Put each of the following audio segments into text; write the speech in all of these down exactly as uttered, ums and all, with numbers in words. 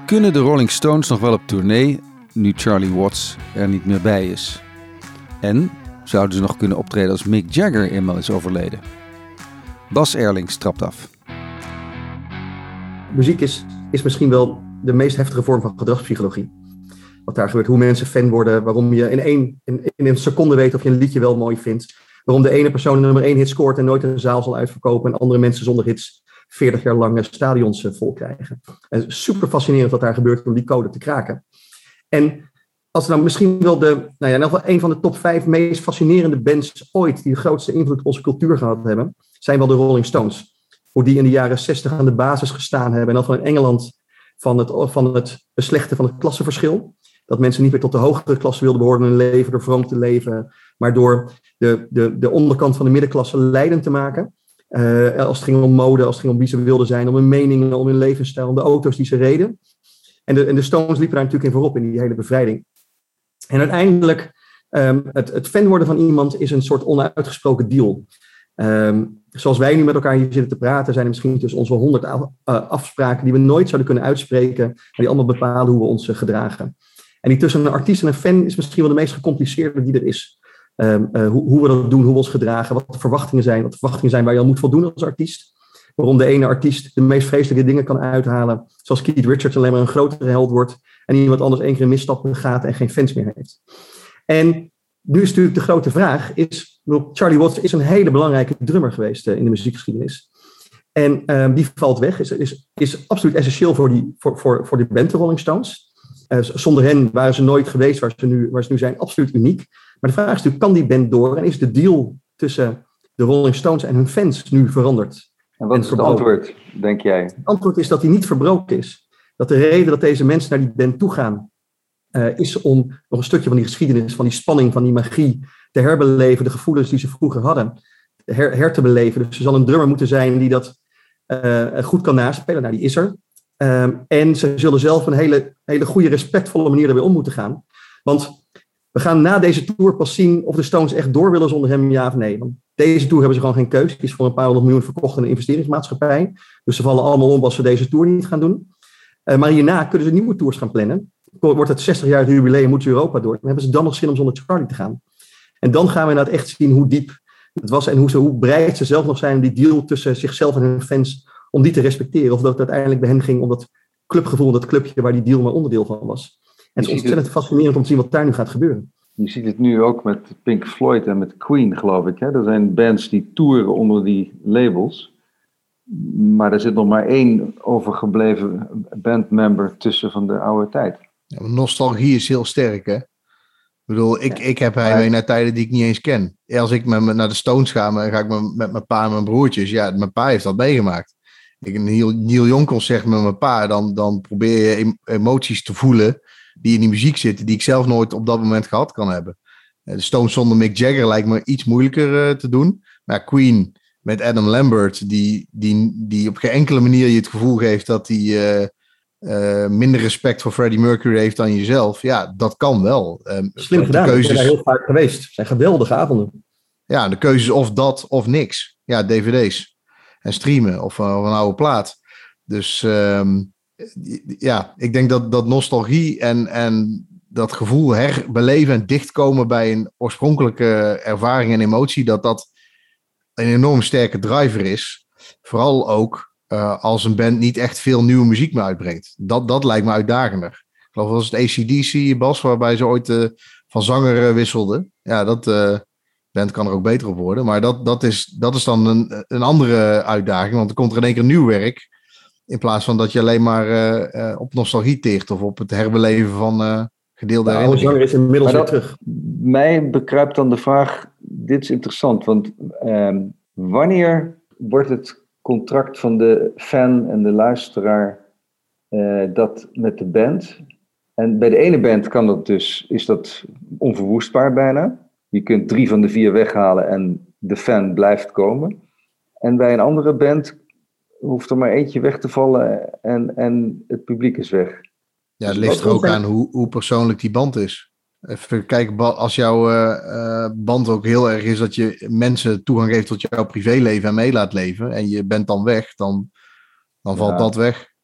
Kunnen de Rolling Stones nog wel op tournee nu Charlie Watts er niet meer bij is? En zouden ze nog kunnen optreden als Mick Jagger eenmaal is overleden? Bas Aerlings trapt af. Muziek is, is misschien wel de meest heftige vorm van gedragspsychologie. Wat daar gebeurt, hoe mensen fan worden, waarom je in één in, in een seconde weet of je een liedje wel mooi vindt. Waarom de ene persoon een nummer één hit scoort en nooit een zaal zal uitverkopen en andere mensen zonder hits veertig jaar lang stadions vol krijgen. En super fascinerend wat daar gebeurt om die code te kraken. En als we dan misschien wel de, nou ja, in elk geval een van de top vijf meest fascinerende bands ooit, die de grootste invloed op onze cultuur gehad hebben, zijn wel de Rolling Stones. Hoe die in de jaren zestig aan de basis gestaan hebben. En dan van in Engeland van het, van het beslechten van het klassenverschil. Dat mensen niet meer tot de hogere klasse wilden behoren in hun leven, door vroom te leven, maar door de, de, de onderkant van de middenklasse leidend te maken. Uh, als het ging om mode, als het ging om wie ze wilden zijn, om hun meningen, om hun levensstijl, om de auto's die ze reden. En de, en de Stones liepen daar natuurlijk in voorop in die hele bevrijding. En uiteindelijk, um, het, het fan worden van iemand is een soort onuitgesproken deal. Um, zoals wij nu met elkaar hier zitten te praten, zijn er misschien tussen ons wel honderd uh, afspraken die we nooit zouden kunnen uitspreken, maar die allemaal bepalen hoe we ons uh, gedragen. En die tussen een artiest en een fan is misschien wel de meest gecompliceerde die er is. Um, uh, hoe, hoe we dat doen, hoe we ons gedragen, wat de verwachtingen zijn, wat de verwachtingen zijn waar je al moet voldoen als artiest. Waarom de ene artiest de meest vreselijke dingen kan uithalen, zoals Keith Richards alleen maar een grotere held wordt en iemand anders één keer een misstap begaat en geen fans meer heeft. En nu is natuurlijk de grote vraag, is, Charlie Watts is een hele belangrijke drummer geweest uh, in de muziekgeschiedenis. En uh, die valt weg, is, is, is absoluut essentieel voor die, voor, voor, voor de band, de Rolling Stones. Uh, zonder hen waren ze nooit geweest waar ze, nu, waar ze nu zijn, absoluut uniek. Maar de vraag is natuurlijk, kan die band door en is de deal tussen de Rolling Stones en hun fans nu veranderd? En wat is het antwoord, denk jij? Het antwoord is dat die niet verbroken is. Dat de reden dat deze mensen naar die band toe gaan, uh, is om nog een stukje van die geschiedenis, van die spanning, van die magie te herbeleven, de gevoelens die ze vroeger hadden, her, her te beleven. Dus er zal een drummer moeten zijn die dat uh, goed kan naspelen. Nou, die is er. Um, en ze zullen zelf een hele, hele goede, respectvolle manier ermee om moeten gaan. Want we gaan na deze tour pas zien of de Stones echt door willen zonder hem, ja of nee. Want deze tour hebben ze gewoon geen keuze. Die is voor een paar honderd miljoen verkocht aan een investeringsmaatschappij. Dus ze vallen allemaal om als ze deze tour niet gaan doen. Uh, maar hierna kunnen ze nieuwe tours gaan plannen. Wordt het zestig-jarig jubileum, moet Europa door. Dan hebben ze dan nog zin om zonder Charlie te gaan. En dan gaan we inderdaad echt zien hoe diep het was en hoe, ze, hoe breed ze zelf nog zijn om die deal tussen zichzelf en hun fans, om die te respecteren. Of dat het uiteindelijk bij hen ging om dat clubgevoel, dat clubje waar die deal maar onderdeel van was. En het is ontzettend het... fascinerend om te zien wat daar nu gaat gebeuren. Je ziet het nu ook met Pink Floyd en met Queen, geloof ik. Hè? Er zijn bands die toeren onder die labels. Maar er zit nog maar één overgebleven bandmember tussen van de oude tijd. Ja, nostalgie is heel sterk, hè? Ik bedoel, ik, ik heb heimwee naar tijden die ik niet eens ken. Als ik met, naar de Stones ga, dan ga ik met, met mijn pa en mijn broertjes. Ja, mijn pa heeft dat meegemaakt. Ik een Neil, Neil Young concert met mijn pa, dan, dan probeer je emoties te voelen die in die muziek zitten, die ik zelf nooit op dat moment gehad kan hebben. De Stones zonder Mick Jagger lijkt me iets moeilijker uh, te doen. Maar Queen met Adam Lambert, die, die, die op geen enkele manier je het gevoel geeft dat hij uh, uh, minder respect voor Freddie Mercury heeft dan jezelf. Ja, dat kan wel. Um, Slim gedaan, keuzes... ik ben daar heel vaak geweest. Het zijn geweldige avonden. Ja, de keuzes of dat of niks. Ja, D V D's. En streamen of, uh, of een oude plaat. Dus um, ja, ik denk dat, dat nostalgie en, en dat gevoel herbeleven en dichtkomen bij een oorspronkelijke ervaring en emotie, dat dat een enorm sterke driver is. Vooral ook uh, als een band niet echt veel nieuwe muziek meer uitbrengt. Dat, dat lijkt me uitdagender. Ik geloof dat was het A C D C, Bas, waarbij ze ooit uh, van zanger uh, wisselden. Ja, dat uh, band kan er ook beter op worden. Maar dat, dat, is, dat is dan een, een andere uitdaging, want er komt er in één keer nieuw werk. In plaats van dat je alleen maar uh, uh, op nostalgie teert of op het herbeleven van uh, gedeelde herinneringen. De zanger is inmiddels weer terug. Mij bekruipt dan de vraag, dit is interessant, want uh, wanneer wordt het contract van de fan en de luisteraar uh, dat met de band? En bij de ene band kan dat dus, is dat onverwoestbaar bijna. Je kunt drie van de vier weghalen en de fan blijft komen. En bij een andere band hoeft er maar eentje weg te vallen en, en het publiek is weg. Ja, het ligt er ook aan hoe, hoe persoonlijk die band is. Even kijken, als jouw uh, band ook heel erg is dat je mensen toegang geeft tot jouw privéleven en mee laat leven en je bent dan weg, dan, dan valt ja. dat weg.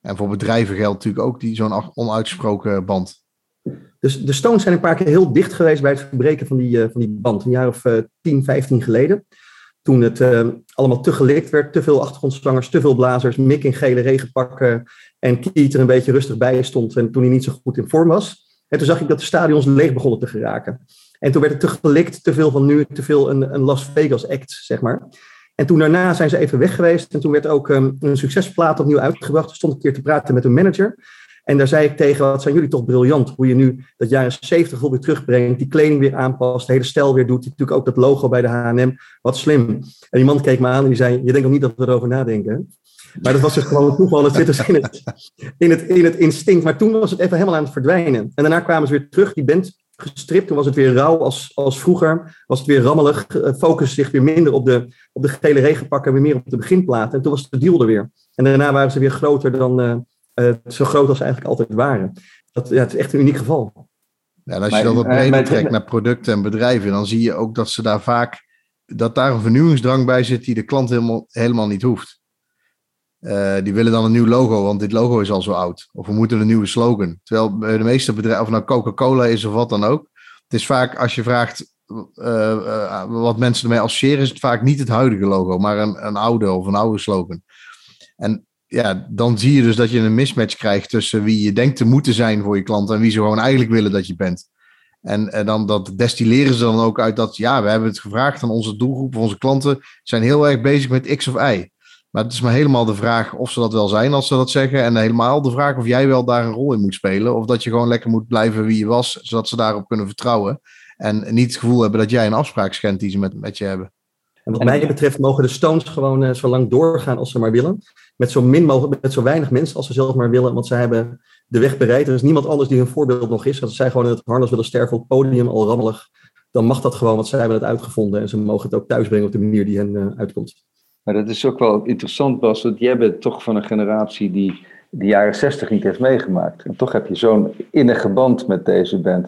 En voor bedrijven geldt natuurlijk ook die, zo'n onuitgesproken band. Dus de Stones zijn een paar keer heel dicht geweest bij het verbreken van die, uh, van die band. Een jaar of uh, tien, vijftien geleden. Toen het uh, allemaal te gelikt werd. Te veel achtergrondzangers, te veel blazers. Mick in gele regenpakken. En Keith er een beetje rustig bij stond. En toen hij niet zo goed in vorm was. En toen zag ik dat de stadions leeg begonnen te geraken. En toen werd het te gelikt. Te veel van nu. Te veel een, een Las Vegas act, zeg maar. En toen daarna zijn ze even weg geweest. En toen werd ook um, een succesplaat opnieuw uitgebracht. Toen stond ik een keer te praten met een manager. En daar zei ik tegen, wat zijn jullie toch briljant. Hoe je nu dat jaren zeventig weer terugbrengt. Die kleding weer aanpast. De hele stijl weer doet. Natuurlijk ook dat logo bij de H en M. Wat slim. En die man keek me aan en die zei, je denkt ook niet dat we erover nadenken. Hè? Maar dat was dus gewoon een toeval. Het zit dus in het, in, het, in het instinct. Maar toen was het even helemaal aan het verdwijnen. En daarna kwamen ze weer terug. Die band gestript. Toen was het weer rauw als, als vroeger. Was het weer rammelig. Focus zich weer minder op de, op de gele regenpakken. Weer meer op de beginplaten. En toen was de deal er weer. En daarna waren ze weer groter dan... Uh, uh, zo groot als ze eigenlijk altijd waren. Dat, ja, het is echt een uniek geval. Ja, en als je dat op breder trekt naar producten en bedrijven, dan zie je ook dat ze daar vaak, dat daar een vernieuwingsdrang bij zit die de klant helemaal, helemaal niet hoeft. Uh, die willen dan een nieuw logo, want dit logo is al zo oud. Of we moeten een nieuwe slogan. Terwijl bij de meeste bedrijven, of nou Coca-Cola is of wat dan ook. Het is vaak, als je vraagt uh, uh, wat mensen ermee associëren, is het vaak niet het huidige logo, maar een, een oude of een oude slogan. En ja, dan zie je dus dat je een mismatch krijgt tussen wie je denkt te moeten zijn voor je klant en wie ze gewoon eigenlijk willen dat je bent. En, en dan dat destilleren ze dan ook uit dat, ja, we hebben het gevraagd aan onze doelgroep, onze klanten zijn heel erg bezig met X of Y. Maar het is maar helemaal de vraag of ze dat wel zijn als ze dat zeggen. En helemaal de vraag of jij wel daar een rol in moet spelen. Of dat je gewoon lekker moet blijven wie je was, zodat ze daarop kunnen vertrouwen. En niet het gevoel hebben dat jij een afspraak schendt die ze met, met je hebben. En wat mij betreft mogen de Stones gewoon uh, zo lang doorgaan als ze maar willen. Met zo min mogelijk, met zo weinig mensen als ze zelf maar willen. Want zij hebben de weg bereid. Er is niemand anders die hun voorbeeld nog is. Als zij gewoon in het harnas willen sterven op het podium, al rammelig. Dan mag dat gewoon, want zij hebben het uitgevonden. En ze mogen het ook thuisbrengen op de manier die hen uh, uitkomt. Maar dat is ook wel interessant, Bas. Want jij bent toch van een generatie die de jaren zestig niet heeft meegemaakt. En toch heb je zo'n innige band met deze band.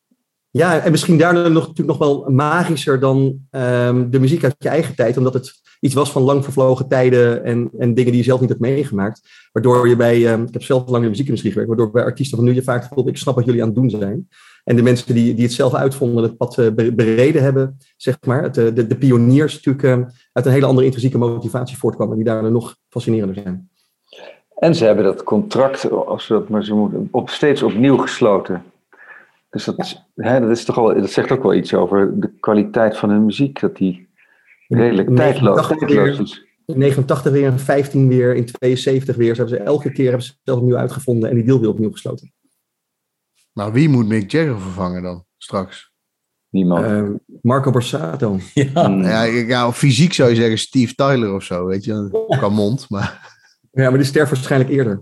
Ja, en misschien daardoor nog, natuurlijk nog wel magischer dan um, de muziek uit je eigen tijd. Omdat het iets was van lang vervlogen tijden en, en dingen die je zelf niet hebt meegemaakt. Waardoor je bij, um, ik heb zelf lang in de muziekindustrie gewerkt, waardoor bij artiesten van nu je vaak voelt, ik snap wat jullie aan het doen zijn. En de mensen die, die het zelf uitvonden, het pad uh, bereden hebben, zeg maar. Het, de, de pioniers natuurlijk uh, uit een hele andere intrinsieke motivatie voortkomen, die daardoor nog fascinerender zijn. En ze hebben dat contract, als we dat maar zo moeten, op, steeds opnieuw gesloten. Dus dat, ja. hè, dat, is toch wel, dat zegt ook wel iets over de kwaliteit van hun muziek, dat die redelijk tijdloos, tijdloos is. In negenentachtig weer, in vijftien weer, in tweeënzeventig weer. Ze hebben ze elke keer hebben ze zelf opnieuw uitgevonden en die deal weer opnieuw gesloten. Maar wie moet Mick Jagger vervangen dan straks? Niemand. Uh, Marco Borsato. Ja. Ja, ja, fysiek zou je zeggen Steve Tyler of zo, weet je, qua mond. Maar... Ja, maar die sterft waarschijnlijk eerder.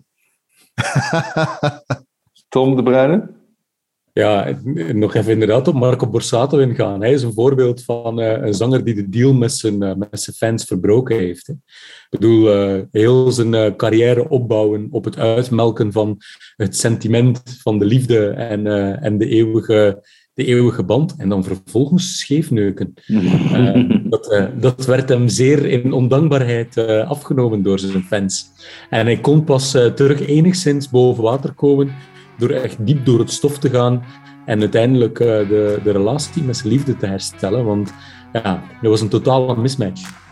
Tom de Bruyne? Ja, nog even inderdaad op Marco Borsato ingaan. Hij is een voorbeeld van uh, een zanger die de deal met zijn, uh, met zijn fans verbroken heeft. Hè. Ik bedoel, uh, heel zijn uh, carrière opbouwen op het uitmelken van het sentiment van de liefde en, uh, en de, eeuwige, de eeuwige band. En dan vervolgens scheefneuken. Uh, dat, uh, dat werd hem zeer in ondankbaarheid uh, afgenomen door zijn fans. En hij kon pas uh, terug enigszins boven water komen door echt diep door het stof te gaan en uiteindelijk uh, de, de relatie met zijn liefde te herstellen. Want ja, dat was een totale mismatch.